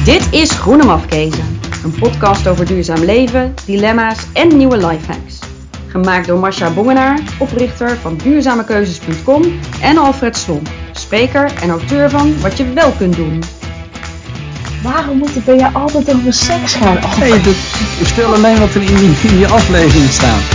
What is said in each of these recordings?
Dit is Groene Mafkezen, een podcast over duurzaam leven, dilemma's en nieuwe lifehacks. Gemaakt door Masha Bongenaar, oprichter van duurzamekeuzes.com en Alfred Slomp, spreker en auteur van Wat je wel kunt doen. Waarom moet het bij jou altijd over seks gaan? Nee, ik vertel alleen wat er in je aflevering staat.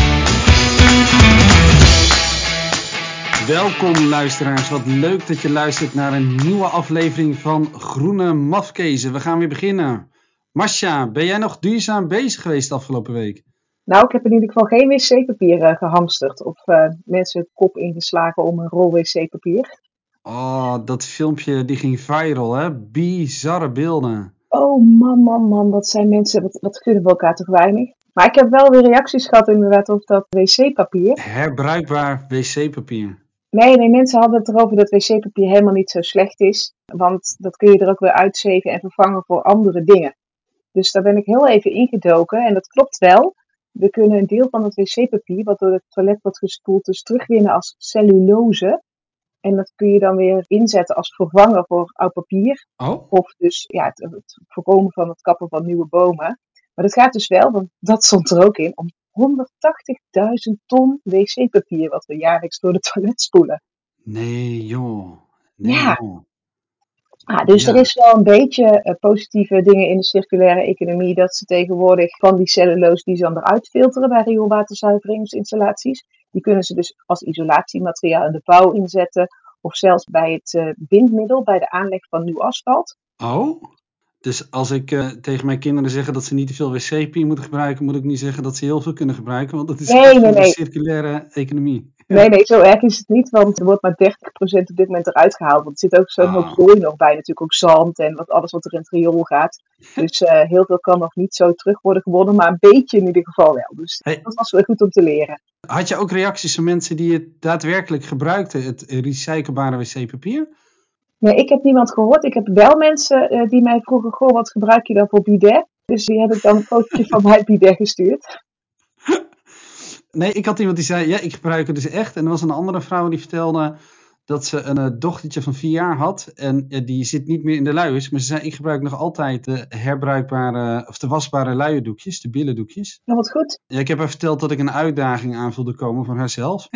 Welkom luisteraars, wat leuk dat je luistert naar een nieuwe aflevering van Groene Mafkezen. We gaan weer beginnen. Masha, ben jij nog duurzaam bezig geweest de afgelopen week? Nou, ik heb in ieder geval geen wc-papier gehamsterd of mensen het kop ingeslagen om een rol wc-papier. Oh, dat filmpje die ging viral, hè? Bizarre beelden. Oh man, wat zijn mensen, wat gunnen we elkaar toch weinig. Maar ik heb wel weer reacties gehad inderdaad op dat wc-papier. Herbruikbaar wc-papier. Nee, mensen hadden het erover dat wc-papier helemaal niet zo slecht is. Want dat kun je er ook weer uitzeven en vervangen voor andere dingen. Dus daar ben ik heel even ingedoken en dat klopt wel. We kunnen een deel van het wc-papier, wat door het toilet wordt gespoeld, dus terugwinnen als cellulose. En dat kun je dan weer inzetten als vervanger voor oud papier. Oh? Of dus ja, het voorkomen van het kappen van nieuwe bomen. Maar dat gaat dus wel, want dat stond er ook in, om 180.000 ton wc-papier wat we jaarlijks door het toilet spoelen. Nee joh. Ja. Joh. Dus er is wel een beetje positieve dingen in de circulaire economie. Dat ze tegenwoordig van die cellulose die ze dan eruit filteren bij rioolwaterzuiveringsinstallaties. Die kunnen ze dus als isolatiemateriaal in de bouw inzetten. Of zelfs bij het bindmiddel, bij de aanleg van nieuw asfalt. Oh? Dus als ik tegen mijn kinderen zeg dat ze niet te veel wc-papier moeten gebruiken, moet ik niet zeggen dat ze heel veel kunnen gebruiken, want dat is de circulaire economie. Nee, zo erg is het niet, want er wordt maar 30% op dit moment eruit gehaald. Want er zit ook zo'n hoop zooi nog bij, natuurlijk ook zand en alles wat er in het riool gaat. Dus heel veel kan nog niet zo terug worden gewonnen, maar een beetje in ieder geval wel. Dus dat was wel goed om te leren. Had je ook reacties van mensen die het daadwerkelijk gebruikten, het recyclebare wc-papier? Nee, ik heb niemand gehoord. Ik heb wel mensen die mij vroegen, goh, wat gebruik je dan voor bidet? Dus die heb ik dan een fotootje van mijn bidet gestuurd. Nee, ik had iemand die zei, ja, ik gebruik het dus echt. En er was een andere vrouw die vertelde dat ze een dochtertje van 4 jaar had. En die zit niet meer in de luiers. Maar ze zei, ik gebruik nog altijd de herbruikbare, of de wasbare luierdoekjes, de billendoekjes. Nou, wat goed. Ja, ik heb haar verteld dat ik een uitdaging aan voelde komen van haarzelf.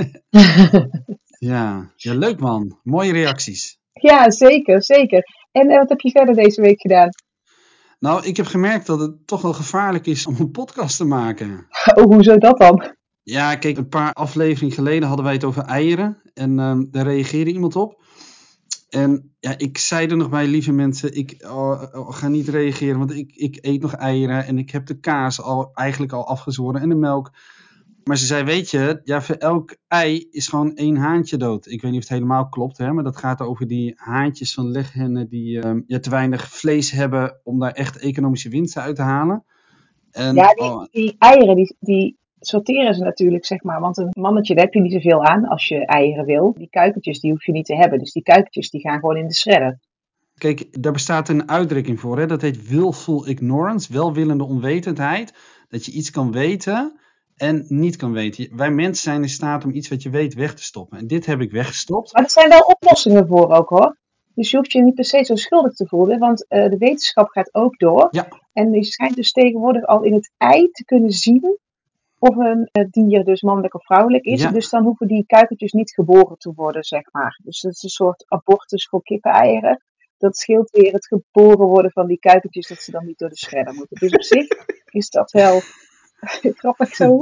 Ja, leuk man. Mooie reacties. Ja, zeker. En wat heb je verder deze week gedaan? Nou, ik heb gemerkt dat het toch wel gevaarlijk is om een podcast te maken. Oh, hoezo dat dan? Ja, kijk, een paar afleveringen geleden hadden wij het over eieren. En daar reageerde iemand op. En ja, ik zei er nog bij, lieve mensen, ik ga niet reageren, want ik eet nog eieren. En ik heb de kaas eigenlijk al afgezworen en de melk. Maar ze zei, weet je, ja, voor elk ei is gewoon 1 haantje dood. Ik weet niet of het helemaal klopt, hè, maar dat gaat over die haantjes van leghennen die te weinig vlees hebben om daar echt economische winsten uit te halen. En, ja, die eieren, die sorteren ze natuurlijk, zeg maar. Want een mannetje, daar heb je niet zoveel aan als je eieren wil. Die kuikentjes, die hoef je niet te hebben. Dus die kuikentjes, die gaan gewoon in de shredder. Kijk, daar bestaat een uitdrukking voor, hè? Dat heet willful ignorance, welwillende onwetendheid. Dat je iets kan weten en niet kan weten. Wij mensen zijn in staat om iets wat je weet weg te stoppen. En dit heb ik weggestopt. Maar er zijn wel oplossingen voor ook, hoor. Dus je hoeft je niet per se zo schuldig te voelen, want de wetenschap gaat ook door. Ja. En je schijnt dus tegenwoordig al in het ei te kunnen zien of een dier dus mannelijk of vrouwelijk is. Ja. Dus dan hoeven die kuikentjes niet geboren te worden, zeg maar. Dus dat is een soort abortus voor kippeneieren. Dat scheelt weer het geboren worden van die kuikentjes, dat ze dan niet door de shredder moeten. Dus op zich is dat wel grappig zo.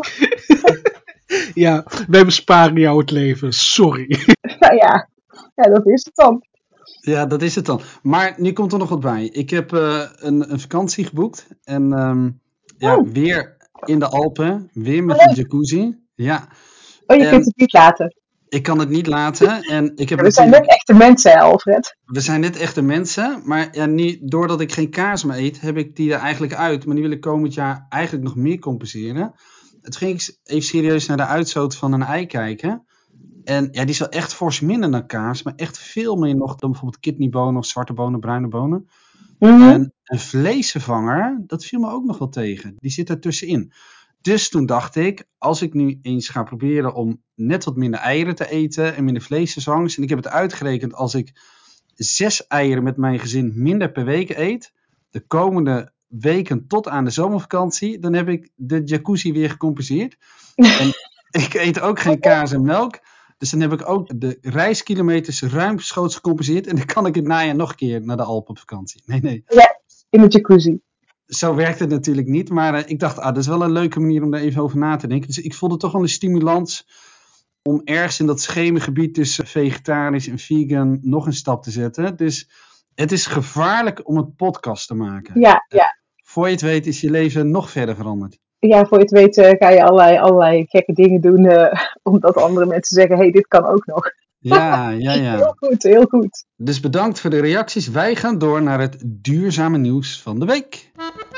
Ja, wij besparen jou het leven, sorry. Nou ja, dat is het dan. Ja, dat is het dan. Maar nu komt er nog wat bij. Ik heb een vakantie geboekt. En weer in de Alpen. Weer met een jacuzzi. Ja. Oh, je kunt het niet laten. Ik kan het niet laten. En ik heb we zijn net echte mensen, hè, Alfred? We zijn net echte mensen. Maar ja, doordat ik geen kaas meer eet, heb ik die er eigenlijk uit. Maar nu wil ik komend jaar eigenlijk nog meer compenseren. Het ging ik even serieus naar de uitstoot van een ei kijken. En ja, die is wel echt fors minder dan kaas. Maar echt veel meer nog dan bijvoorbeeld kidneybonen of zwarte bonen, bruine bonen. Mm-hmm. En een vleesvervanger, dat viel me ook nog wel tegen. Die zit er tussenin. Dus toen dacht ik, als ik nu eens ga proberen om net wat minder eieren te eten en minder vleesvervangers. En ik heb het uitgerekend, als ik 6 eieren met mijn gezin minder per week eet, de komende weken tot aan de zomervakantie, dan heb ik de jacuzzi weer gecompenseerd. En ik eet ook geen kaas en melk. Dus dan heb ik ook de reiskilometers ruimschoots gecompenseerd. En dan kan ik het najaar nog een keer naar de Alpen op vakantie. Nee. Ja, in de jacuzzi. Zo werkt het natuurlijk niet. Maar ik dacht, dat is wel een leuke manier om daar even over na te denken. Dus ik vond het toch wel een stimulans om ergens in dat schemergebied tussen vegetarisch en vegan nog een stap te zetten. Dus het is gevaarlijk om een podcast te maken. Ja. Voor je het weet is je leven nog verder veranderd. Ja, voor je het weet ga je allerlei gekke dingen doen, omdat andere mensen zeggen, hey, dit kan ook nog. Ja. Heel goed. Dus bedankt voor de reacties. Wij gaan door naar het duurzame nieuws van de week.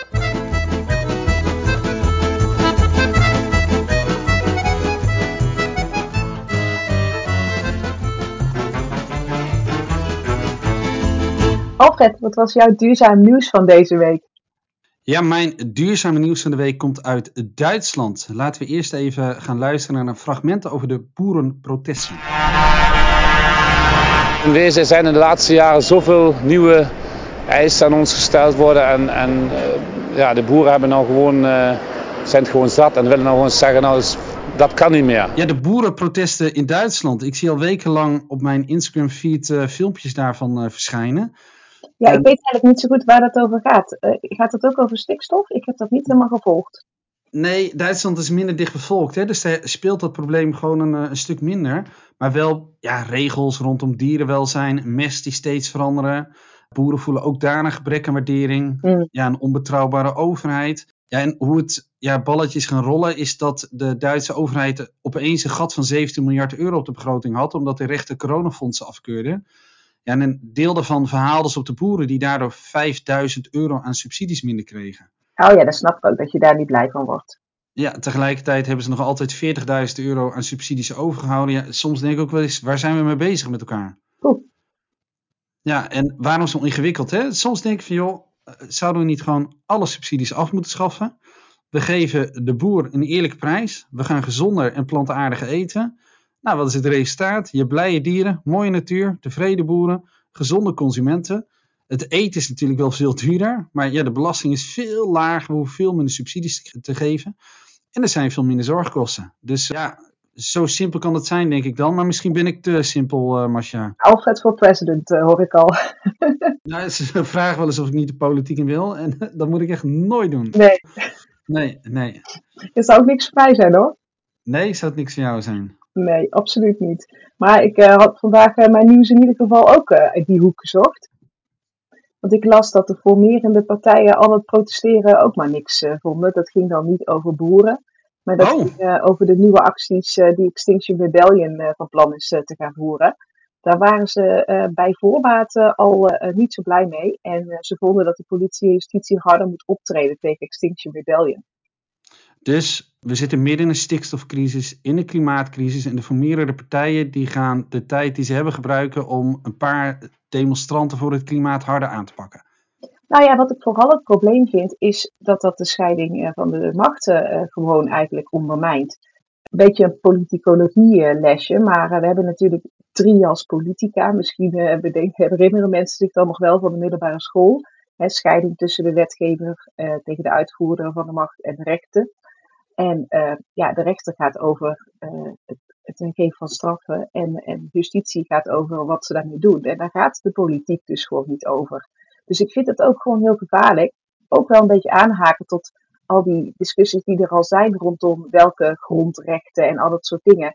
Alfred, wat was jouw duurzaam nieuws van deze week? Ja, mijn duurzame nieuws van de week komt uit Duitsland. Laten we eerst even gaan luisteren naar een fragment over de boerenprotesten. In wezen zijn in de laatste jaren zoveel nieuwe eisen aan ons gesteld worden. En de boeren hebben nou zijn het gewoon zat en willen nou gewoon zeggen, dat kan niet meer. Ja, de boerenprotesten in Duitsland. Ik zie al wekenlang op mijn Instagram feed filmpjes daarvan verschijnen. Ja, ik weet eigenlijk niet zo goed waar dat over gaat. Gaat het ook over stikstof? Ik heb dat niet helemaal gevolgd. Nee, Duitsland is minder dicht bevolkt. Hè? Dus daar speelt dat probleem gewoon een stuk minder. Maar wel regels rondom dierenwelzijn, mest die steeds veranderen. Boeren voelen ook daar een gebrek aan waardering. Ja, een onbetrouwbare overheid. Ja, en hoe het balletjes gaan rollen is dat de Duitse overheid opeens een gat van 17 miljard euro op de begroting had. Omdat de rechter coronafondsen afkeurde. Ja, en een deel daarvan verhaalde ze op de boeren die daardoor 5.000 euro aan subsidies minder kregen. Oh ja, dat snap ik ook, dat je daar niet blij van wordt. Ja, tegelijkertijd hebben ze nog altijd 40.000 euro aan subsidies overgehouden. Ja, soms denk ik ook wel eens, waar zijn we mee bezig met elkaar? Ja, en waarom zo ingewikkeld, hè? Soms denk ik van, joh, zouden we niet gewoon alle subsidies af moeten schaffen? We geven de boer een eerlijke prijs. We gaan gezonder en plantaardiger eten. Nou, wat is het resultaat? Je hebt blije dieren, mooie natuur, tevreden boeren, gezonde consumenten. Het eten is natuurlijk wel veel duurder, maar ja, de belasting is veel lager. We hoeven veel minder subsidies te geven. En er zijn veel minder zorgkosten. Dus ja, zo simpel kan het zijn, denk ik dan. Maar misschien ben ik te simpel, Masha. Alfred voor president, hoor ik al. Nou, ze vragen wel eens of ik niet de politiek in wil. En dat moet ik echt nooit doen. Nee. Er zou ook niks voor mij zijn, hoor. Nee, zou het niks voor jou zijn? Nee, absoluut niet. Maar ik had vandaag mijn nieuws in ieder geval ook uit die hoek gezocht. Want ik las dat de formerende partijen al het protesteren ook maar niks vonden. Dat ging dan niet over boeren. Maar dat ging over de nieuwe acties die Extinction Rebellion van plan is te gaan voeren. Daar waren ze bij voorbaat al niet zo blij mee. En ze vonden dat de politie en justitie harder moet optreden tegen Extinction Rebellion. Dus we zitten midden in een stikstofcrisis, in een klimaatcrisis. En de formerende partijen die gaan de tijd die ze hebben gebruiken om een paar demonstranten voor het klimaat harder aan te pakken. Nou ja, wat ik vooral het probleem vind, is dat de scheiding van de machten gewoon eigenlijk ondermijnt. Een beetje een politicologie lesje, maar we hebben natuurlijk trias politica. Misschien herinneren mensen zich dan nog wel van de middelbare school. Scheiding tussen de wetgever tegen de uitvoerder van de macht en de rechter. En de rechter gaat over het geven van straffen en justitie gaat over wat ze daarmee doen. En daar gaat de politiek dus gewoon niet over. Dus ik vind het ook gewoon heel gevaarlijk. Ook wel een beetje aanhaken tot al die discussies die er al zijn rondom welke grondrechten en al dat soort dingen.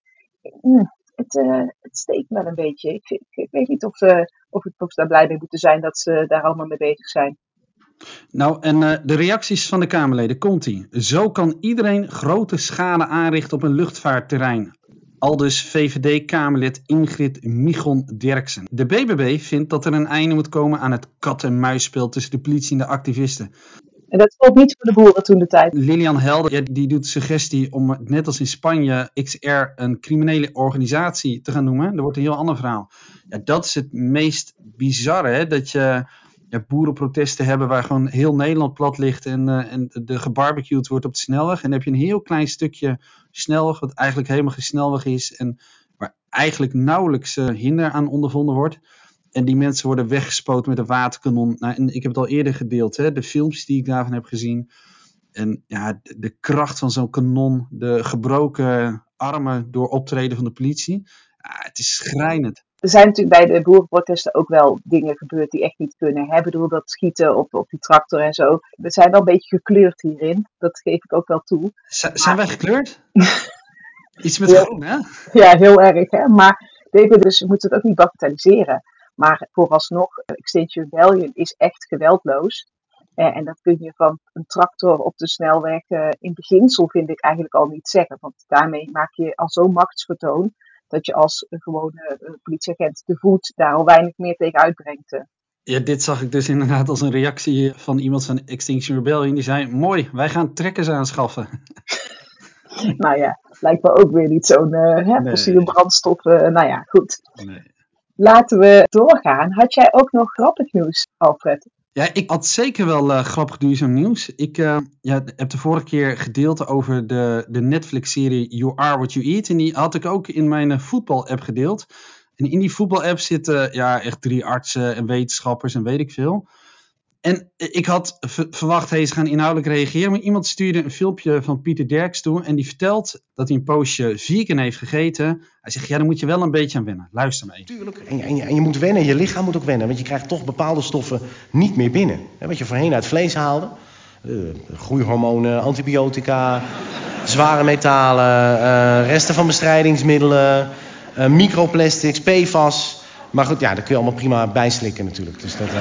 Het steekt me een beetje. Ik weet niet of ik daar blij mee moeten zijn dat ze daar allemaal mee bezig zijn. Nou, en de reacties van de Kamerleden, komt-ie. Zo kan iedereen grote schade aanrichten op een luchtvaartterrein. Aldus VVD-Kamerlid Ingrid Michon-Derksen. De BBB vindt dat er een einde moet komen aan het kat-en-muisspel tussen de politie en de activisten. En dat gold niet voor de boeren toen de tijd. Lilian Helder die doet de suggestie om net als in Spanje XR een criminele organisatie te gaan noemen. Dat wordt een heel ander verhaal. Ja, dat is het meest bizarre, hè? Dat je boerenprotesten hebben waar gewoon heel Nederland plat ligt en de gebarbecued wordt op de snelweg. En dan heb je een heel klein stukje snelweg wat eigenlijk helemaal geen snelweg is en waar eigenlijk nauwelijks hinder aan ondervonden wordt. En die mensen worden weggespoten met een waterkanon. Nou, en ik heb het al eerder gedeeld, hè, de films die ik daarvan heb gezien. En ja, de kracht van zo'n kanon, de gebroken armen door optreden van de politie. Ja, het is schrijnend. Er zijn natuurlijk bij de boerenprotesten ook wel dingen gebeurd die echt niet kunnen. Ik bedoel, dat schieten op die tractor en zo. We zijn wel een beetje gekleurd hierin. Dat geef ik ook wel toe. Zijn wij gekleurd? Iets met Ja. groen, hè? Ja, heel erg. Hè? Maar dus we moeten het ook niet bagatelliseren. Maar vooralsnog, Extinction Rebellion is echt geweldloos. En dat kun je van een tractor op de snelweg in beginsel vind ik eigenlijk al niet zeggen. Want daarmee maak je al zo'n machtsvertoon dat je als gewone politieagent te voet daar al weinig meer tegen uitbrengt. Ja, dit zag ik dus inderdaad als een reactie van iemand van Extinction Rebellion. Die zei, mooi, wij gaan trekkers aanschaffen. Nou ja, lijkt me ook weer niet zo'n fossiele brandstof. Nou ja, goed. Nee. Laten we doorgaan. Had jij ook nog grappig nieuws, Alfred? Ja, ik had zeker wel grappig duurzaam nieuws. Ik heb de vorige keer gedeeld over de Netflix-serie You Are What You Eat. En die had ik ook in mijn voetbal-app gedeeld. En in die voetbal-app zitten echt 3 artsen en wetenschappers en weet ik veel. En ik had verwacht, ze gaan inhoudelijk reageren. Maar iemand stuurde een filmpje van Pieter Derks toe. En die vertelt dat hij een poosje vegan heeft gegeten. Hij zegt, ja, daar moet je wel een beetje aan wennen. Luister maar even. Tuurlijk. En je moet wennen, je lichaam moet ook wennen. Want je krijgt toch bepaalde stoffen niet meer binnen. Wat je voorheen uit vlees haalde. Groeihormonen, antibiotica, zware metalen, resten van bestrijdingsmiddelen, microplastics, PFAS. Maar goed, ja, dat kun je allemaal prima bijslikken natuurlijk. Dus dat...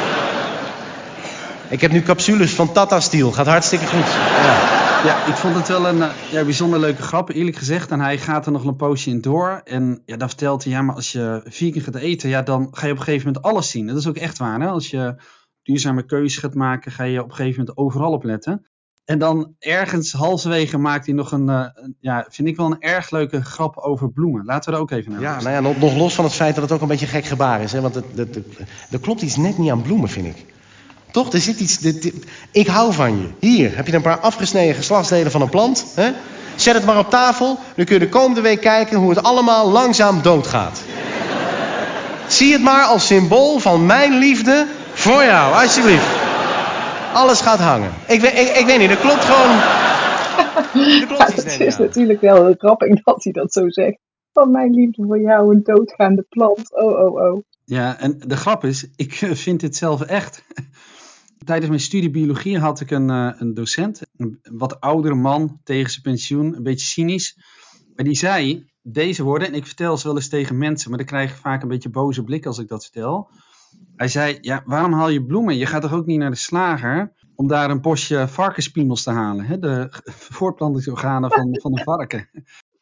Ik heb nu capsules van Tata Steel. Gaat hartstikke goed. Ja, ik vond het wel een bijzonder leuke grap, eerlijk gezegd. En hij gaat er nog een poosje in door. En ja, dan vertelt hij, ja, maar als je vegan gaat eten, ja, dan ga je op een gegeven moment alles zien. Dat is ook echt waar, hè? Als je duurzame keuzes gaat maken, ga je op een gegeven moment overal op letten. En dan ergens halverwege maakt hij nog vind ik wel een erg leuke grap over bloemen. Laten we er ook even naar luisteren. Ja, nou ja, nog los van het feit dat het ook een beetje een gek gebaar is. Hè? Want er klopt iets net niet aan bloemen, vind ik. Toch? Er zit iets... Ik hou van je. Hier, heb je een paar afgesneden geslachtsdelen van een plant. Hè? Zet het maar op tafel. Dan kun je de komende week kijken hoe het allemaal langzaam doodgaat. Zie het maar als symbool van mijn liefde voor jou. Alsjeblieft. Alles gaat hangen. Ik weet niet, dat klopt gewoon... Het is natuurlijk wel heel grappig dat hij dat zo zegt. Van mijn liefde voor jou, een doodgaande plant. Oh. Ja, en de grap is, ik vind dit zelf echt... Tijdens mijn studie biologie had ik een docent, een wat oudere man tegen zijn pensioen, een beetje cynisch. Maar die zei deze woorden, en ik vertel ze wel eens tegen mensen, maar dan krijg ik vaak een beetje boze blik als ik dat vertel. Hij zei, ja, waarom haal je bloemen? Je gaat toch ook niet naar de slager om daar een bosje varkenspiemels te halen, hè? De voortplantingsorganen van een varken.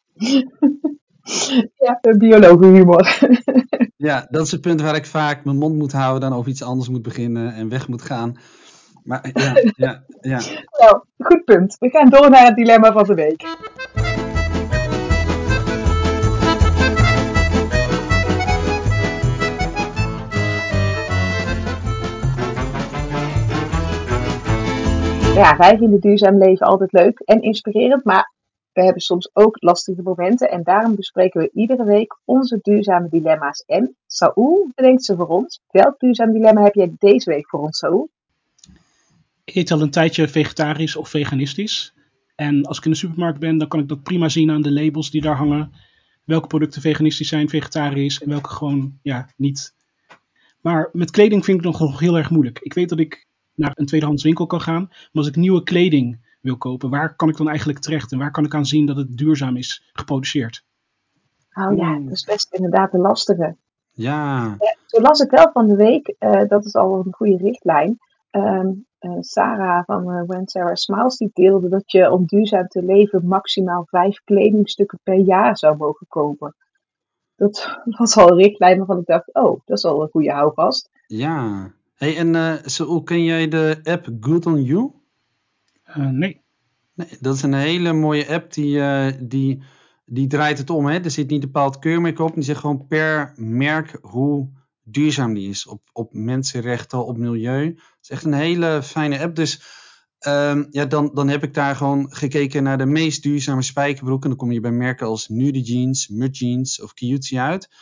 Ja, biologenhumor. Ja, dat is het punt waar ik vaak mijn mond moet houden, dan over iets anders moet beginnen en weg moet gaan. Maar ja. Nou, goed punt. We gaan door naar het dilemma van de week. Ja, wij vinden duurzaam leven altijd leuk en inspirerend, maar we hebben soms ook lastige momenten en daarom bespreken we iedere week onze duurzame dilemma's. En Saoel bedenkt ze voor ons. Welk duurzaam dilemma heb jij deze week voor ons, Saoel? Ik eet al een tijdje vegetarisch of veganistisch. En als ik in de supermarkt ben, dan kan ik dat prima zien aan de labels die daar hangen. Welke producten veganistisch zijn, vegetarisch en welke gewoon niet. Maar met kleding vind ik het nog heel erg moeilijk. Ik weet dat ik naar een tweedehands winkel kan gaan. Maar als ik nieuwe kleding wil kopen, waar kan ik dan eigenlijk terecht? En waar kan ik aan zien dat het duurzaam is geproduceerd? Oh ja, dat is best inderdaad een lastige. Ja. Zo las ik wel van de week, dat is al een goede richtlijn. Sarah van When Sarah Smiles die deelde dat je om duurzaam te leven maximaal 5 kledingstukken per jaar zou mogen kopen. Dat was al een richtlijn waarvan ik dacht, oh, dat is al een goede houvast. Ja. Hey, en Saoel, ken jij de app Good On You? Nee. Nee, dat is een hele mooie app die draait het om. Hè? Er zit niet een bepaald keurmerk op. Die zegt gewoon per merk hoe duurzaam die is. Op mensenrechten, op milieu. Het is echt een hele fijne app. Dus dan heb ik daar gewoon gekeken naar de meest duurzame spijkerbroek. En dan kom je bij merken als Nude Jeans, Mud Jeans of Kiyuchi uit.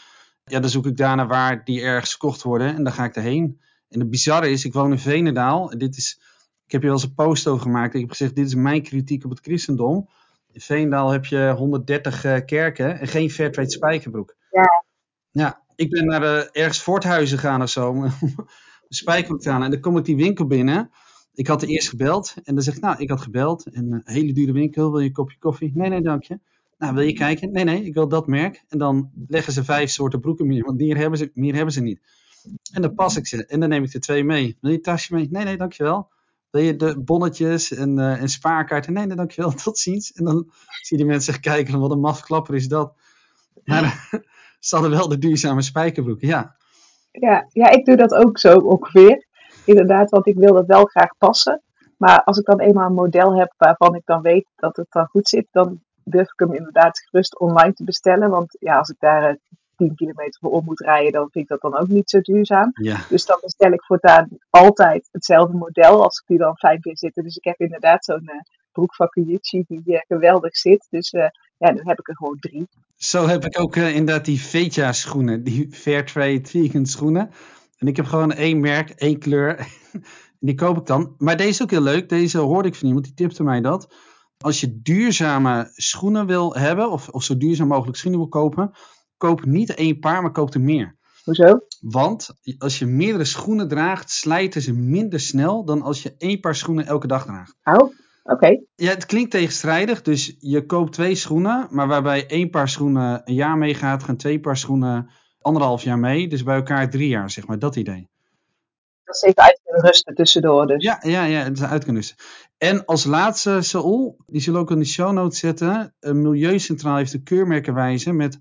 Ja, dan zoek ik daarna waar die ergens gekocht worden en dan ga ik erheen. En het bizarre is, ik woon in Veenendaal. Ik heb hier wel eens een post over gemaakt. Ik heb gezegd, dit is mijn kritiek op het christendom. In Veenendaal heb je 130 kerken en geen Fairtrade spijkerbroek. Ja. Ja, ik ben naar ergens Voorthuizen gegaan of zo, om een spijkerbroek te halen. En dan kom ik die winkel binnen. Ik had eerst gebeld en dan zeg ik, nou, ik had gebeld. En een hele dure winkel, wil je een kopje koffie? Nee, dank je. Nou, wil je kijken? Nee, ik wil dat merk. En dan leggen ze 5 soorten broeken meer, want meer hebben ze niet. En dan pas ik ze en dan neem ik er 2 mee. Wil je een tasje mee? Nee, dankjewel. Wil je de bonnetjes en spaarkaarten? Nee, dankjewel, tot ziens. En dan zie je die mensen echt kijken van wat een mafklapper is dat. Maar ze hadden wel de duurzame spijkerbroeken, ja. Ja, ik doe dat ook zo ongeveer. Inderdaad, want ik wil dat wel graag passen. Maar als ik dan eenmaal een model heb waarvan ik dan weet dat het dan goed zit, dan durf ik hem inderdaad gerust online te bestellen. Want ja, als ik daar 10 kilometer voor om moet rijden, dan vind ik dat dan ook niet zo duurzaam. Ja. Dus dan bestel ik voortaan altijd hetzelfde model als ik die dan fijn vind zitten. Dus ik heb inderdaad zo'n broek van Kuyuchi die geweldig zit. Dus ja, nu heb ik er gewoon 3. Zo heb ik ook inderdaad die Veja schoenen, die Fairtrade vegan schoenen. En ik heb gewoon 1 merk, 1 kleur. En die koop ik dan. Maar deze is ook heel leuk. Deze hoorde ik van iemand, die tipte mij dat. Als je duurzame schoenen wil hebben, of zo duurzaam mogelijk schoenen wil kopen, koop niet 1 paar, maar koop er meer. Hoezo? Want als je meerdere schoenen draagt, slijten ze minder snel dan als je 1 paar schoenen elke dag draagt. Oh, oké. Ja, het klinkt tegenstrijdig. Dus je koopt 2 schoenen, maar waarbij 1 paar schoenen een jaar meegaat, gaan 2 paar schoenen 1,5 jaar mee. Dus bij elkaar 3 jaar, zeg maar. Dat idee. Dat is even uit kunnen rusten tussendoor dus. Ja, het is uit kunnen rusten. En als laatste, Saul, die zullen we ook in de show notes zetten. Milieucentraal heeft een keurmerkenwijze met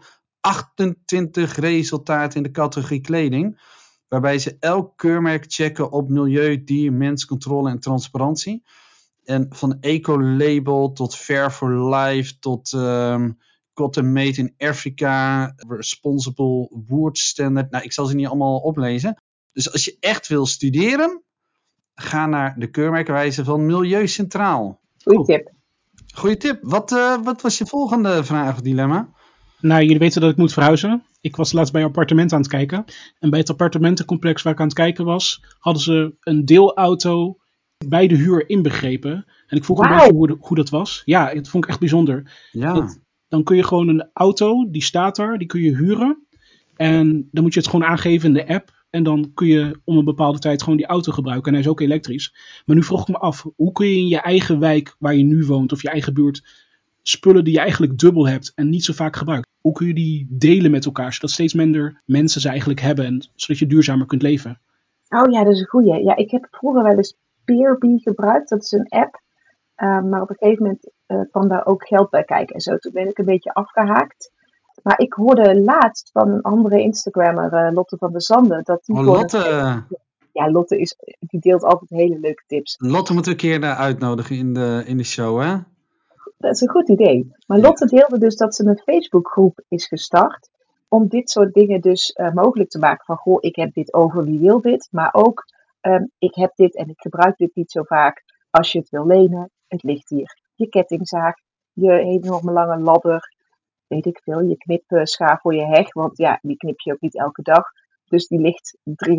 28 resultaten in de categorie kleding. Waarbij ze elk keurmerk checken op milieu, dier, mens, controle en transparantie. En van eco-label tot Fair for Life tot Cotton Made in Africa, Responsible Wood Standard. Nou, ik zal ze niet allemaal oplezen. Dus als je echt wil studeren, ga naar de keurmerkenwijze van Milieucentraal. Goeie tip. Goeie tip. Wat was je volgende vraag of dilemma? Nou, jullie weten dat ik moet verhuizen. Ik was laatst bij een appartement aan het kijken. En bij het appartementencomplex waar ik aan het kijken was, hadden ze een deelauto bij de huur inbegrepen. En ik vroeg een beetje hoe dat was. Ja, het vond ik echt bijzonder. Ja. Dan kun je gewoon een auto, die staat daar, die kun je huren. En dan moet je het gewoon aangeven in de app. En dan kun je om een bepaalde tijd gewoon die auto gebruiken. En hij is ook elektrisch. Maar nu vroeg ik me af, hoe kun je in je eigen wijk waar je nu woont, of je eigen buurt, spullen die je eigenlijk dubbel hebt en niet zo vaak gebruikt, hoe kun je die delen met elkaar, zodat steeds minder mensen ze eigenlijk hebben en zodat je duurzamer kunt leven? Oh ja, dat is een goeie. Ja, ik heb vroeger wel eens Peerby gebruikt. Dat is een app. Maar op een gegeven moment kwam daar ook geld bij kijken en zo. Toen ben ik een beetje afgehaakt. Maar ik hoorde laatst van een andere Instagrammer, Lotte van der Zanden, dat die... Lotte! Ja, Lotte die deelt altijd hele leuke tips. Lotte moeten we een keer uitnodigen in de show, hè? Dat is een goed idee. Maar Lotte deelde dus dat ze een Facebookgroep is gestart om dit soort dingen dus mogelijk te maken. Van, goh, ik heb dit over, wie wil dit? Maar ook, ik heb dit en ik gebruik dit niet zo vaak. Als je het wil lenen, het ligt hier. Je kettingzaag, je enorme lange ladder, weet ik veel, je knipschaar voor je heg. Want ja, die knip je ook niet elke dag. Dus die ligt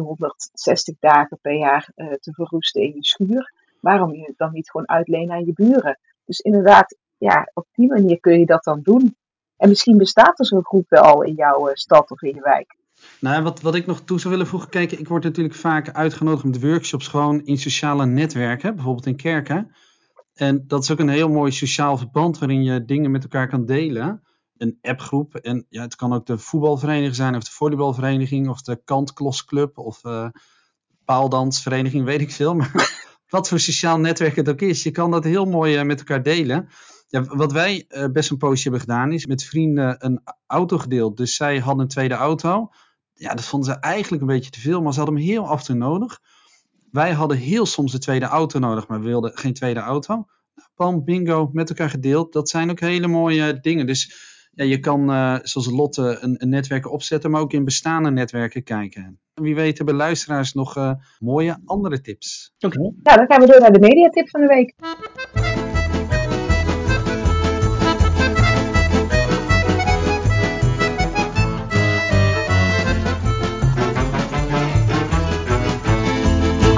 360 dagen per jaar te verroesten in je schuur. Waarom je het dan niet gewoon uitlenen aan je buren? Dus inderdaad, ja, op die manier kun je dat dan doen. En misschien bestaat er zo'n groep wel al in jouw stad of in je wijk. Nou, wat ik nog toe zou willen voegen, kijk, ik word natuurlijk vaak uitgenodigd met workshops gewoon in sociale netwerken, bijvoorbeeld in kerken. En dat is ook een heel mooi sociaal verband waarin je dingen met elkaar kan delen. Een appgroep. En ja, het kan ook de voetbalvereniging zijn, of de volleybalvereniging, of de kantklosclub, of paaldansvereniging, weet ik veel. Maar wat voor sociaal netwerk het ook is, je kan dat heel mooi met elkaar delen. Ja, wat wij best een poosje hebben gedaan, is met vrienden een auto gedeeld. Dus zij hadden een tweede auto. Ja, dat vonden ze eigenlijk een beetje te veel, maar ze hadden hem heel af en toe nodig. Wij hadden heel soms een tweede auto nodig, maar we wilden geen tweede auto. Bam, bingo, met elkaar gedeeld. Dat zijn ook hele mooie dingen. Dus ja, je kan, zoals Lotte, een netwerk opzetten, maar ook in bestaande netwerken kijken. Wie weet hebben luisteraars nog mooie andere tips. Oké. Nou, dan gaan we door naar de mediatip van de week.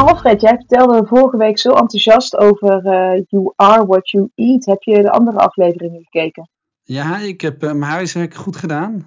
Alfred, jij vertelde vorige week zo enthousiast over You Are What You Eat. Heb je de andere afleveringen gekeken? Ja, ik heb mijn huiswerk goed gedaan.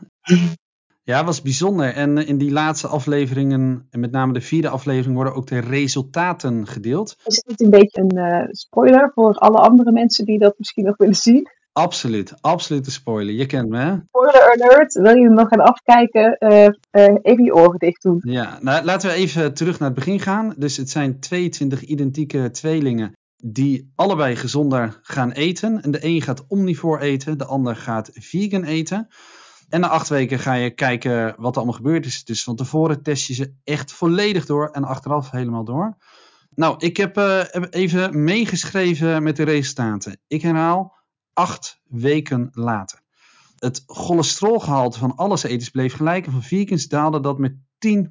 Ja, was bijzonder. En in die laatste afleveringen, en met name de 4e aflevering, worden ook de resultaten gedeeld. Is het niet een beetje een spoiler voor alle andere mensen die dat misschien nog willen zien? Absoluut, absoluut een spoiler. Je kent me, hè? Spoiler alert, wil je hem nog gaan afkijken? Even je oren dicht doen. Ja, nou, laten we even terug naar het begin gaan. Dus het zijn 22 identieke tweelingen die allebei gezonder gaan eten. En de een gaat omnivoor eten, de ander gaat vegan eten. En na 8 weken ga je kijken wat er allemaal gebeurd is. Dus van tevoren test je ze echt volledig door en achteraf helemaal door. Nou, ik heb even meegeschreven met de resultaten. Ik herhaal, 8 weken later. Het cholesterolgehalte van alles eters bleef gelijk en van vegans daalde dat met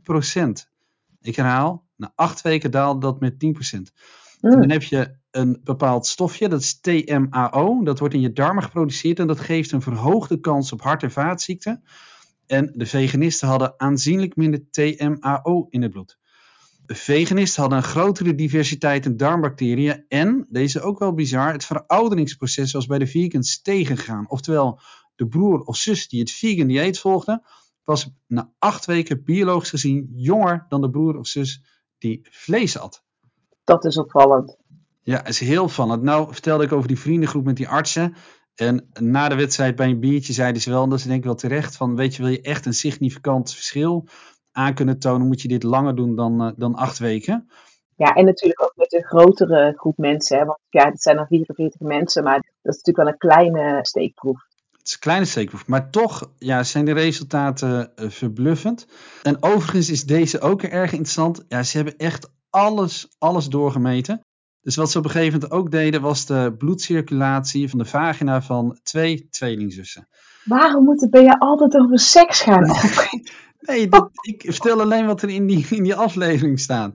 10%. Ik herhaal, na 8 weken daalde dat met 10%. En dan heb je een bepaald stofje, dat is TMAO. Dat wordt in je darmen geproduceerd en dat geeft een verhoogde kans op hart- en vaatziekten. En de veganisten hadden aanzienlijk minder TMAO in het bloed. De veganisten hadden een grotere diversiteit in darmbacteriën en, deze ook wel bizar, het verouderingsproces was bij de vegans tegengegaan. Oftewel, de broer of zus die het vegan dieet volgde, was na 8 weken biologisch gezien jonger dan de broer of zus die vlees at. Dat is opvallend. Ja, is heel opvallend. Nou, vertelde ik over die vriendengroep met die artsen. En na de wedstrijd bij een biertje zeiden ze wel, en dat is denk ik wel terecht, van weet je, wil je echt een significant verschil aan kunnen tonen, moet je dit langer doen dan 8 weken. Ja, en natuurlijk ook met een grotere groep mensen. Hè? Want ja, het zijn dan 44 mensen, maar dat is natuurlijk wel een kleine steekproef. Het is een kleine steekproef, maar toch zijn de resultaten verbluffend. En overigens is deze ook erg interessant. Ja, ze hebben echt alles doorgemeten. Dus wat ze op een gegeven moment ook deden, was de bloedcirculatie van de vagina van 2 tweelingzussen. Waarom moet het bij jou altijd over seks gaan, Alfred? Nee, ik vertel alleen wat er in die aflevering staat.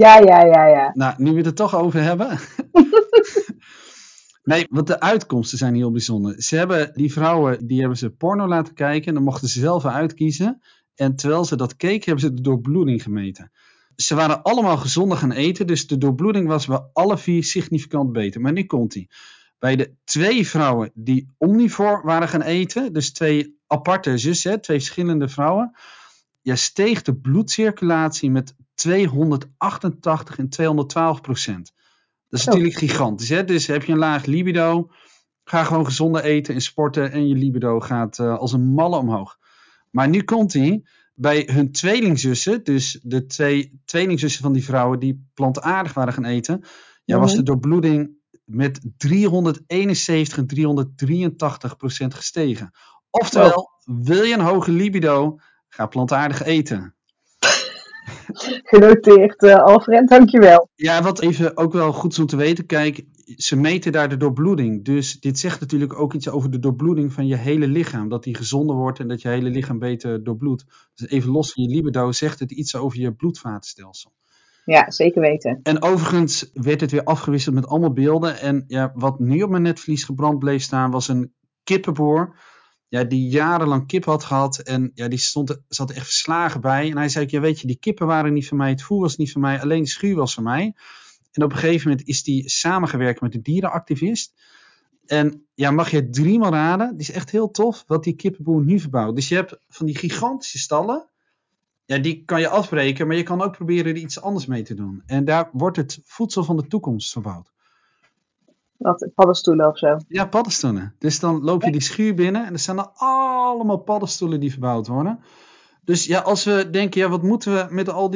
Ja. Nou, nu we het er toch over hebben. Nee, want de uitkomsten zijn heel bijzonder. Die vrouwen, die hebben ze porno laten kijken. En dan mochten ze zelf uitkiezen. En terwijl ze dat keken, hebben ze de doorbloeding gemeten. Ze waren allemaal gezonder gaan eten. Dus de doorbloeding was bij alle 4 significant beter. Maar nu komt ie. Bij de 2 vrouwen die omnivoor waren gaan eten. Dus 2 aparte zussen, 2 verschillende vrouwen. Ja, steeg de bloedcirculatie met 288 en 212%. Dat is natuurlijk gigantisch. Hè? Dus heb je een laag libido, ga gewoon gezonder eten en sporten en je libido gaat als een malle omhoog. Maar nu komt hij bij hun tweelingzussen, dus de 2 tweelingzussen van die vrouwen die plantaardig waren gaan eten, was de doorbloeding met 371 en 383% gestegen. Oftewel, wil je een hoge libido, ga plantaardig eten. Genoteerd, Alfred, dankjewel. Ja, wat even ook wel goed is om te weten. Kijk, ze meten daar de doorbloeding. Dus dit zegt natuurlijk ook iets over de doorbloeding van je hele lichaam. Dat die gezonder wordt en dat je hele lichaam beter doorbloedt. Dus even los van je libido zegt het iets over je bloedvatenstelsel. Ja, zeker weten. En overigens werd het weer afgewisseld met allemaal beelden. En ja, wat nu op mijn netvlies gebrand bleef staan was een kippenboer. Ja, die jarenlang kip had gehad. En ja, die zat er echt verslagen bij. En hij zei, ja weet je, die kippen waren niet van mij. Het voer was niet van mij. Alleen de schuur was van mij. En op een gegeven moment is die samengewerkt met een dierenactivist. En ja, mag je 3 maal raden. Die is echt heel tof wat die kippenboer nu verbouwt. Dus je hebt van die gigantische stallen. Ja, die kan je afbreken. Maar je kan ook proberen er iets anders mee te doen. En daar wordt het voedsel van de toekomst verbouwd. Wat, paddenstoelen of zo? Ja, paddenstoelen. Dus dan loop je die schuur binnen en er staan er allemaal paddenstoelen die verbouwd worden. Dus ja, als we denken, ja, wat moeten we met al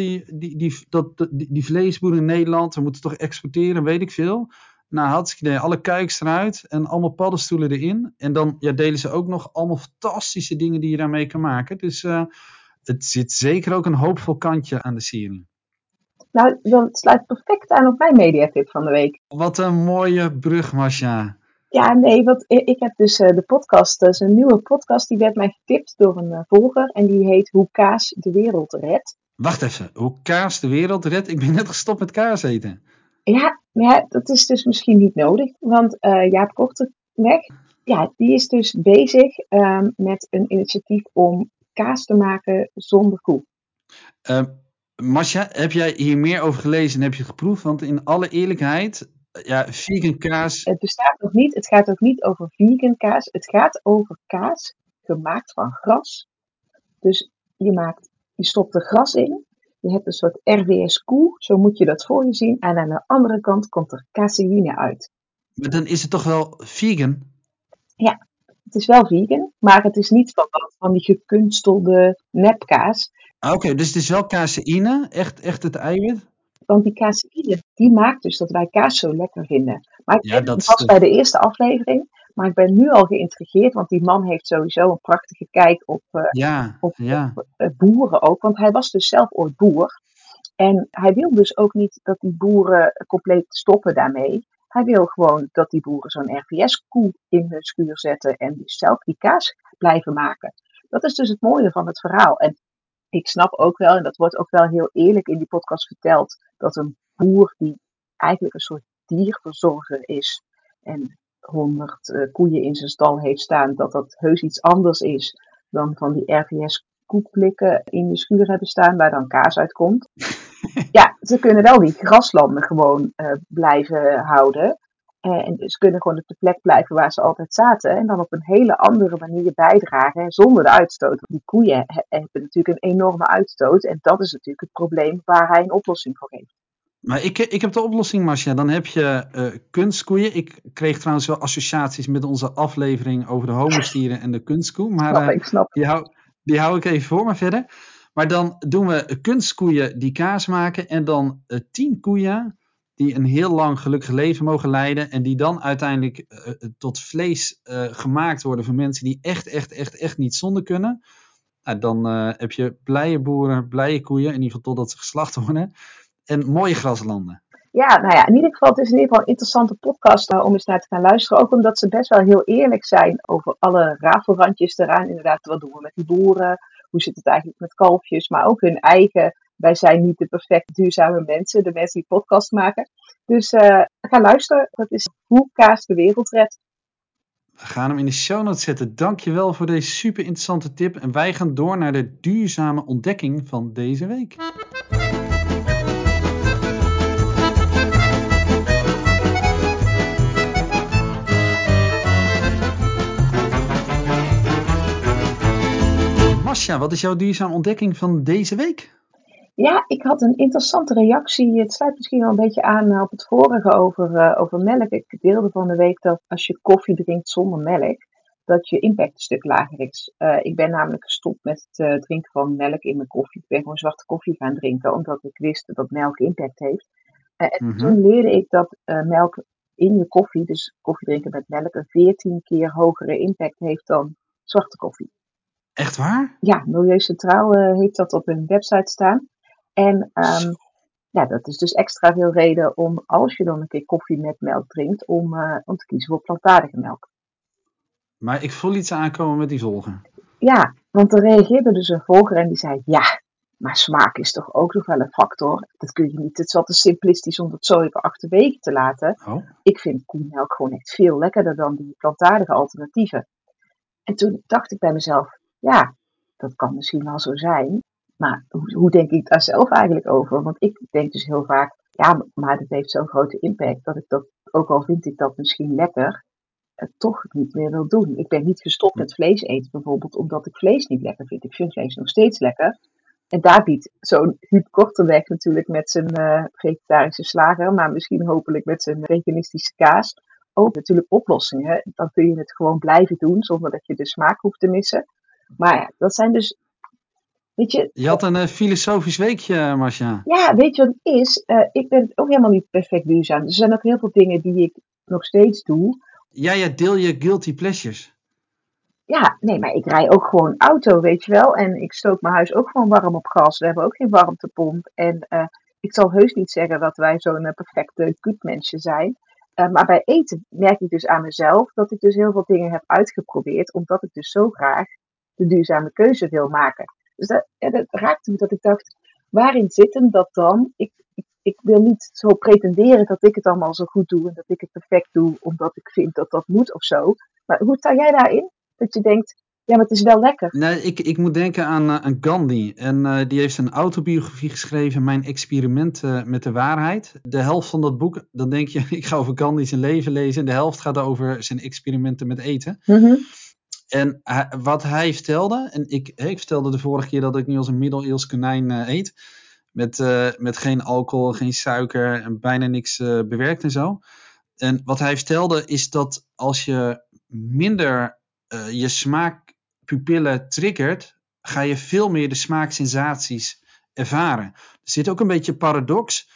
die vleesboeren in Nederland? We moeten toch exporteren, weet ik veel. Nou, hartstikke idee. Alle kuikens eruit en allemaal paddenstoelen erin. En dan delen ze ook nog allemaal fantastische dingen die je daarmee kan maken. Dus het zit zeker ook een hoopvol kantje aan de serie. Nou, dan sluit perfect aan op mijn mediatip van de week. Wat een mooie brug, Masha. Ja, nee, want ik heb dus de podcast, dus een nieuwe podcast, die werd mij getipt door een volger. En die heet Hoe Kaas de Wereld Redt. Wacht even, hoe kaas de wereld redt? Ik ben net gestopt met kaas eten. Ja, dat is dus misschien niet nodig. Want Jaap Korteweg, ja, die is dus bezig met een initiatief om kaas te maken zonder koe. Masha, heb jij hier meer over gelezen en heb je het geproefd? Want in alle eerlijkheid, ja, vegan kaas. Het bestaat nog niet. Het gaat ook niet over vegan kaas. Het gaat over kaas gemaakt van gras. Dus je stopt er gras in. Je hebt een soort RWS-koe, zo moet je dat voor je zien. En aan de andere kant komt er caseïne uit. Maar dan is het toch wel vegan? Ja, het is wel vegan, maar het is niet van die gekunstelde nepkaas. Oké, dus het is wel caseïne, echt het eiwit? Want die caseïne, die maakt dus dat wij kaas zo lekker vinden. Maar Ja, ik dat ben is pas bij de eerste aflevering. Maar ik ben nu al geïntrigeerd, want die man heeft sowieso een prachtige kijk op ja. boeren ook. Want hij was dus zelf ooit boer. En hij wil dus ook niet dat die boeren compleet stoppen daarmee. Hij wil gewoon dat die boeren zo'n RVS-koe in hun schuur zetten en dus zelf die kaas blijven maken. Dat is dus het mooie van het verhaal. En ik snap ook wel, en dat wordt ook wel heel eerlijk in die podcast verteld, dat een boer die eigenlijk een soort dierverzorger is en 100 koeien in zijn stal heeft staan, dat dat heus iets anders is dan van die RVS koekblikken in je schuur hebben staan waar dan kaas uitkomt. Ja, ze kunnen wel die graslanden gewoon blijven houden. En ze kunnen gewoon op de plek blijven waar ze altijd zaten. En dan op een hele andere manier bijdragen zonder de uitstoot. Want die koeien hebben natuurlijk een enorme uitstoot. En dat is natuurlijk het probleem waar hij een oplossing voor heeft. Maar ik heb de oplossing, Masha. Dan heb je kunstkoeien. Ik kreeg trouwens wel associaties met onze aflevering over de homostieren en de kunstkoe. Maar Snap ik. die hou ik even voor me verder. Maar dan doen we kunstkoeien die kaas maken. En dan 10 koeien die een heel lang gelukkig leven mogen leiden. En die dan uiteindelijk tot vlees gemaakt worden voor mensen die echt niet zonder kunnen. Nou, dan heb je blije boeren, blije koeien. In ieder geval totdat ze geslacht worden. En mooie graslanden. Ja, nou ja, in ieder geval, het is in ieder geval een interessante podcast om eens naar te gaan luisteren. Ook omdat ze best wel heel eerlijk zijn over alle rafelrandjes eraan. Inderdaad, wat doen we met die boeren? Hoe zit het eigenlijk met kalfjes? Maar ook hun eigen, wij zijn niet de perfect duurzame mensen, de mensen die podcast maken. Dus ga luisteren, dat is Hoe kaas de wereld redt. We gaan hem in de show notes zetten. Dankjewel voor deze super interessante tip. En wij gaan door naar de duurzame ontdekking van deze week. Masha, wat is jouw duurzame ontdekking van deze week? Ja, ik had een interessante reactie. Het sluit misschien wel een beetje aan op het vorige over melk. Ik deelde van de week dat als je koffie drinkt zonder melk, dat je impact een stuk lager is. Ik ben namelijk gestopt met het drinken van melk in mijn koffie. Ik ben gewoon zwarte koffie gaan drinken, omdat ik wist dat melk impact heeft. En toen leerde ik dat melk in je koffie, dus koffie drinken met melk, een 14 keer hogere impact heeft dan zwarte koffie. Echt waar? Ja, Milieu Centraal heeft dat op hun website staan. En ja, dat is dus extra veel reden om, als je dan een keer koffie met melk drinkt, om te kiezen voor plantaardige melk. Maar ik voel iets aankomen met die volger. Ja, want er reageerde dus een volger en die zei, ja, maar smaak is toch ook nog wel een factor. Dat kun je niet, het is wel te simplistisch om dat zo even achterwege te laten. Oh. Ik vind koemelk gewoon echt veel lekkerder dan die plantaardige alternatieven. En toen dacht ik bij mezelf, ja, dat kan misschien wel zo zijn. Maar hoe denk ik daar zelf eigenlijk over? Want ik denk dus heel vaak, ja, maar dat heeft zo'n grote impact dat ik dat, ook al vind ik dat misschien lekker, toch niet meer wil doen. Ik ben niet gestopt met vlees eten bijvoorbeeld, omdat ik vlees niet lekker vind. Ik vind vlees nog steeds lekker. En daar biedt zo'n Huub Korteweg natuurlijk met zijn vegetarische slager, maar misschien hopelijk met zijn veganistische kaas, ook natuurlijk oplossingen. Dan kun je het gewoon blijven doen, zonder dat je de smaak hoeft te missen. Maar ja, dat zijn dus, weet je... Je had een filosofisch weekje, Masha. Ja, weet je wat het is? Ik ben ook helemaal niet perfect duurzaam. Er zijn ook heel veel dingen die ik nog steeds doe. Ja, deel je guilty pleasures. Ja, nee, maar ik rij ook gewoon auto, weet je wel. En ik stook mijn huis ook gewoon warm op gas. We hebben ook geen warmtepomp. En ik zal heus niet zeggen dat wij zo'n perfecte kutmensje zijn. Maar bij eten merk ik dus aan mezelf dat ik dus heel veel dingen heb uitgeprobeerd. Omdat ik dus zo graag de duurzame keuze wil maken. Dus dat raakte me dat ik dacht, waarin zit hem dat dan? Ik wil niet zo pretenderen dat ik het allemaal zo goed doe. En dat ik het perfect doe omdat ik vind dat dat moet of zo. Maar hoe sta jij daarin? Dat je denkt, Ja, maar het is wel lekker. Nee, ik moet denken aan Gandhi. En die heeft een autobiografie geschreven, Mijn experimenten met de waarheid. De helft van dat boek, dan denk je, ik ga over Gandhi zijn leven lezen. En de helft gaat over zijn experimenten met eten. Mm-hmm. En wat hij vertelde, en ik vertelde de vorige keer dat ik nu als een middeleeuws konijn eet. Met geen alcohol, geen suiker en bijna niks bewerkt en zo. En wat hij vertelde is dat als je minder je smaakpupillen triggert, ga je veel meer de smaaksensaties ervaren. Er zit ook een beetje een paradox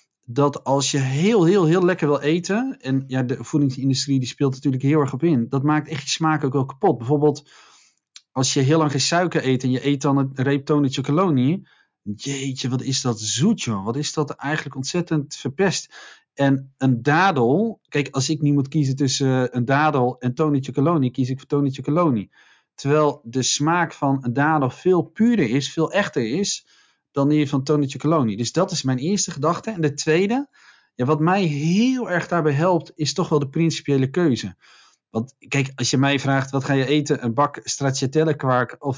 dat als je heel, heel, heel lekker wil eten, en ja, de voedingsindustrie die speelt natuurlijk heel erg op in, dat maakt echt je smaak ook wel kapot. Bijvoorbeeld als je heel lang geen suiker eet en je eet dan een reep Tony Chocolonely, jeetje, wat is dat zoet joh, wat is dat eigenlijk ontzettend verpest. En een dadel, kijk, als ik nu moet kiezen tussen een dadel en Tony Chocolonely, kies ik voor Tony Chocolonely. Terwijl de smaak van een dadel veel puurder is, veel echter is dan die van Tony Chocolonely. Dus dat is mijn eerste gedachte. En de tweede, ja, wat mij heel erg daarbij helpt, is toch wel de principiële keuze. Want kijk, als je mij vraagt, wat ga je eten? Een bak stracciatella kwark of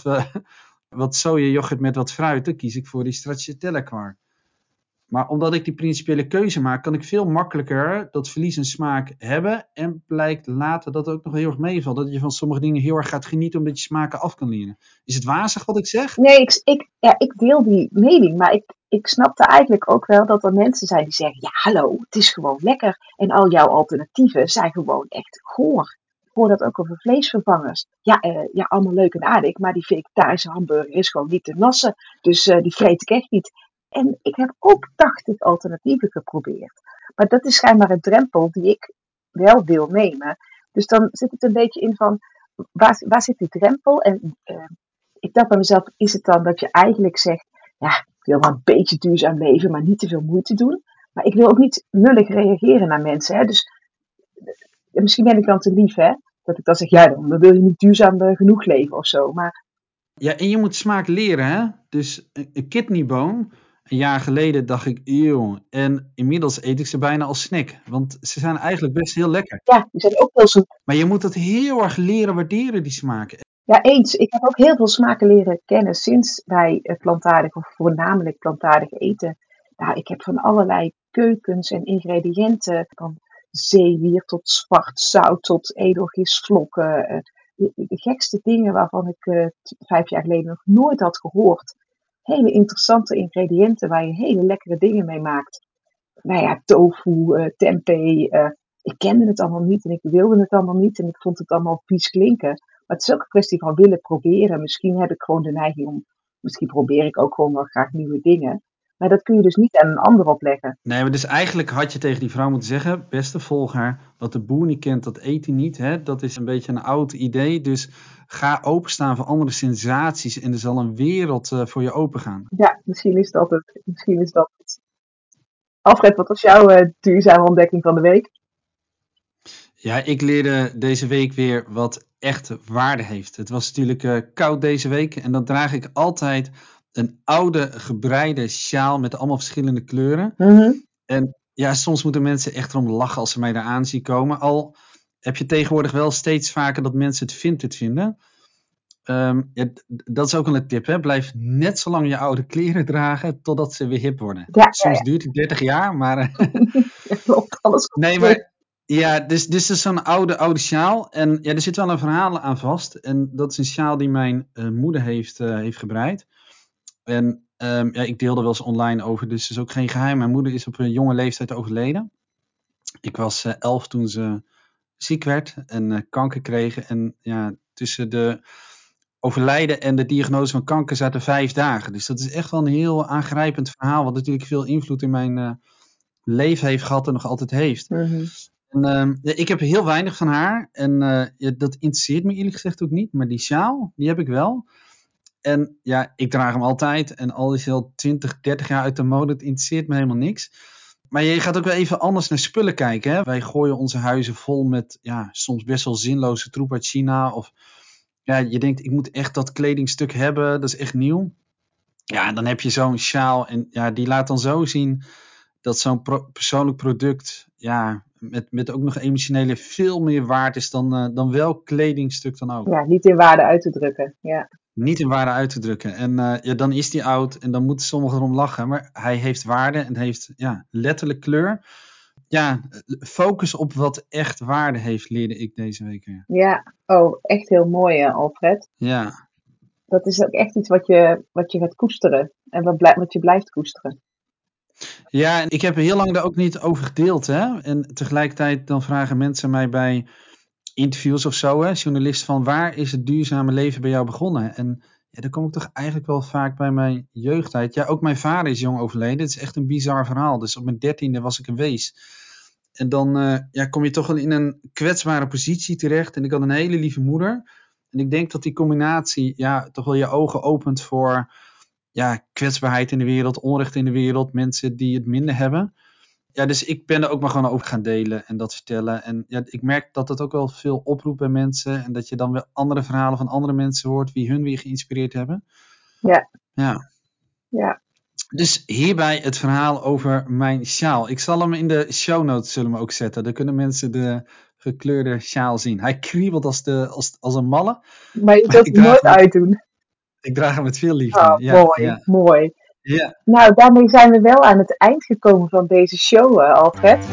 wat sojayoghurt met wat fruit, dan kies ik voor die stracciatella kwark. Maar omdat ik die principiële keuze maak, kan ik veel makkelijker dat verlies en smaak hebben. En blijkt later dat het ook nog heel erg meevalt. Dat je van sommige dingen heel erg gaat genieten, omdat je smaken af kan leren. Is het wazig wat ik zeg? Nee, ik deel die mening, maar ik snapte eigenlijk ook wel dat er mensen zijn die zeggen, ja hallo, het is gewoon lekker. En al jouw alternatieven zijn gewoon echt goor. Ik hoor dat ook over vleesvervangers. Ja, allemaal leuk en aardig, maar die vegetarische hamburger is gewoon niet te nassen. Dus die vreet ik echt niet. En ik heb ook 80 alternatieven geprobeerd. Maar dat is schijnbaar een drempel die ik wel wil nemen. Dus dan zit het een beetje in van, waar zit die drempel? En ik dacht bij mezelf, is het dan dat je eigenlijk zegt, ja, ik wil wel een beetje duurzaam leven, maar niet te veel moeite doen. Maar ik wil ook niet nullig reageren naar mensen. Hè? Dus misschien ben ik dan te lief, hè? Dat ik dan zeg, ja, dan wil je niet duurzaam genoeg leven of zo. Maar Ja, en je moet smaak leren, hè? Dus een kidneyboon, een jaar geleden dacht ik, eeuw. En inmiddels eet ik ze bijna als snack. Want ze zijn eigenlijk best heel lekker. ja, die zijn ook heel zoet. Maar je moet het heel erg leren waarderen, die smaken. Ja, eens. Ik heb ook heel veel smaken leren kennen sinds wij plantaardig of voornamelijk plantaardig eten. Nou, ik heb van allerlei keukens en ingrediënten, van zeewier tot zwart zout tot edelgisvlokken. De gekste dingen waarvan ik 5 jaar geleden nog nooit had gehoord. Hele interessante ingrediënten waar je hele lekkere dingen mee maakt. Nou ja, tofu, tempeh. Ik kende het allemaal niet en ik wilde het allemaal niet en ik vond het allemaal vies klinken. Maar het is ook een kwestie van willen proberen. Misschien heb ik gewoon de neiging om, misschien probeer ik ook gewoon wel graag nieuwe dingen. Maar dat kun je dus niet aan een ander opleggen. Nee, maar dus eigenlijk had je tegen die vrouw moeten zeggen, beste volg haar, wat de boer niet kent, dat eet hij niet. Hè? Dat is een beetje een oud idee. Dus ga openstaan voor andere sensaties en er zal een wereld voor je opengaan. Ja, misschien is dat het. Misschien is dat het. Alfred, wat was jouw duurzame ontdekking van de week? Ja, ik leerde deze week weer wat echt waarde heeft. Het was natuurlijk koud deze week en dan draag ik altijd een oude gebreide sjaal met allemaal verschillende kleuren. Mm-hmm. En ja, soms moeten mensen echt erom lachen als ze mij daar aan zien komen. Al heb je tegenwoordig wel steeds vaker dat mensen het vintage vinden. Ja, dat is ook wel een tip, hè. Blijf net zo lang je oude kleren dragen totdat ze weer hip worden. Ja, Soms duurt het 30 jaar, maar... ja, klopt. Alles komt Nee, terug. maar ja, dus dit is zo'n oude sjaal. En ja, er zit wel een verhaal aan vast. En dat is een sjaal die mijn moeder heeft gebreid. En ja, ik deelde wel eens online over, dus het is ook geen geheim. Mijn moeder is op een jonge leeftijd overleden. Ik was 11 toen ze ziek werd en kanker kreeg. En ja, tussen de overlijden en de diagnose van kanker zaten 5 dagen. Dus dat is echt wel een heel aangrijpend verhaal, wat natuurlijk veel invloed in mijn leven heeft gehad en nog altijd heeft. Mm-hmm. En, ja, ik heb heel weinig van haar. En ja, dat interesseert me eerlijk gezegd ook niet. Maar die sjaal, die heb ik wel. En ja, ik draag hem altijd. En al is hij al 20, 30 jaar uit de mode. Het interesseert me helemaal niks. Maar je gaat ook wel even anders naar spullen kijken. Hè? Wij gooien onze huizen vol met ja, soms best wel zinloze troep uit China. Of ja, je denkt, ik moet echt dat kledingstuk hebben. Dat is echt nieuw. Ja, dan heb je zo'n sjaal. En ja, die laat dan zo zien dat zo'n persoonlijk product ja, met ook nog emotionele veel meer waard is dan welk kledingstuk dan ook. Ja, niet in waarde uit te drukken. Ja. Niet in waarde uit te drukken. En dan is die oud en dan moeten sommigen erom lachen. Maar hij heeft waarde en heeft letterlijk kleur. Ja, focus op wat echt waarde heeft, leerde ik deze week weer. Ja, echt heel mooi, Alfred. Ja. Dat is ook echt iets wat je gaat koesteren. En wat je blijft koesteren. Ja, en ik heb er heel lang daar ook niet over gedeeld. Hè? En tegelijkertijd dan vragen mensen mij bij interviews of zo, hè, journalisten, van waar is het duurzame leven bij jou begonnen? En dan kom ik toch eigenlijk wel vaak bij mijn jeugdtijd. Ja, ook mijn vader is jong overleden. Het is echt een bizar verhaal. Dus op mijn 13e was ik een wees. En dan kom je toch wel in een kwetsbare positie terecht. En ik had een hele lieve moeder. En ik denk dat die combinatie toch wel je ogen opent voor kwetsbaarheid in de wereld, onrecht in de wereld, mensen die het minder hebben. Ja, dus ik ben er ook maar gewoon over gaan delen en dat vertellen. En ik merk dat het ook wel veel oproept bij mensen. En dat je dan weer andere verhalen van andere mensen hoort, wie hun weer geïnspireerd hebben. Ja. Dus hierbij het verhaal over mijn sjaal. Ik zal hem in de show notes zullen we ook zetten. Dan kunnen mensen de gekleurde sjaal zien. Hij kriebelt als een malle. Maar je zult het nooit uitdoen. Ik draag hem met veel liefde. Mooi. Ja. Nou, daarmee zijn we wel aan het eind gekomen van deze show, Alfred.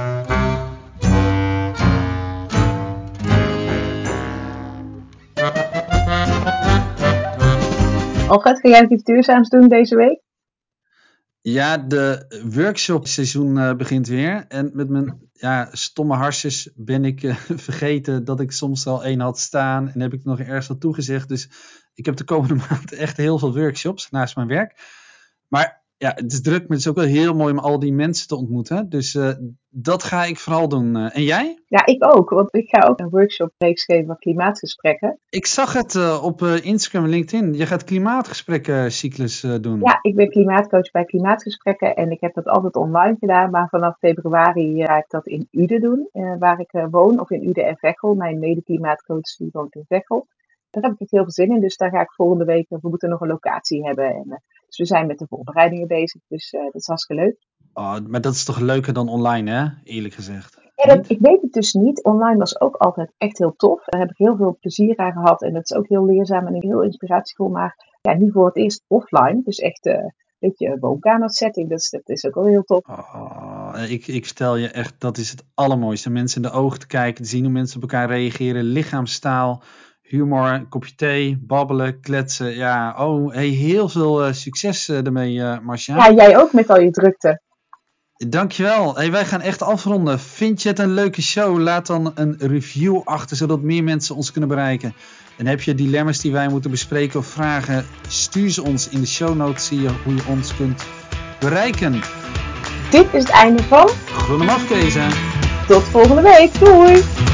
Alfred, ga jij nog iets duurzaams doen deze week? Ja, de workshopseizoen begint weer. En met mijn stomme harsjes ben ik vergeten dat ik soms al 1 had staan. En heb ik nog ergens wat toegezegd. Dus ik heb de komende maand echt heel veel workshops naast mijn werk. Maar het is druk, maar het is ook wel heel mooi om al die mensen te ontmoeten. Dus dat ga ik vooral doen. En jij? Ja, ik ook. Want ik ga ook een workshop reeks geven van klimaatgesprekken. Ik zag het op Instagram en LinkedIn. Je gaat klimaatgesprekkencyclus doen. Ja, ik ben klimaatcoach bij Klimaatgesprekken. En ik heb dat altijd online gedaan. Maar vanaf februari ga ik dat in Uden doen. Waar ik woon. Of in Uden en Veghel. Mijn mede-klimaatcoach die woont in Veghel. Daar heb ik echt heel veel zin in. Dus daar ga ik volgende week. We moeten nog een locatie hebben. En, dus we zijn met de voorbereidingen bezig. Dus dat is hartstikke leuk. Oh, maar dat is toch leuker dan online, hè? Eerlijk gezegd. Ja, ik weet het dus niet. Online was ook altijd echt heel tof. Daar heb ik heel veel plezier aan gehad. En dat is ook heel leerzaam en heel inspiratievol. Maar nu voor het eerst offline. Dus echt een beetje woonkamersetting. Dat is ook wel heel tof. Ik vertel je echt, dat is het allermooiste. Mensen in de ogen te kijken, te zien hoe mensen op elkaar reageren. Lichaamstaal, humor, een kopje thee, babbelen, kletsen. Ja, heel veel succes ermee, Marcia. Ja, jij ook met al je drukte. Dankjewel. Wij gaan echt afronden. Vind je het een leuke show? Laat dan een review achter, zodat meer mensen ons kunnen bereiken. En heb je dilemma's die wij moeten bespreken of vragen? Stuur ze ons. In de show notes zie je hoe je ons kunt bereiken. Dit is het einde van Groene Mafkezen. Tot volgende week. Doei!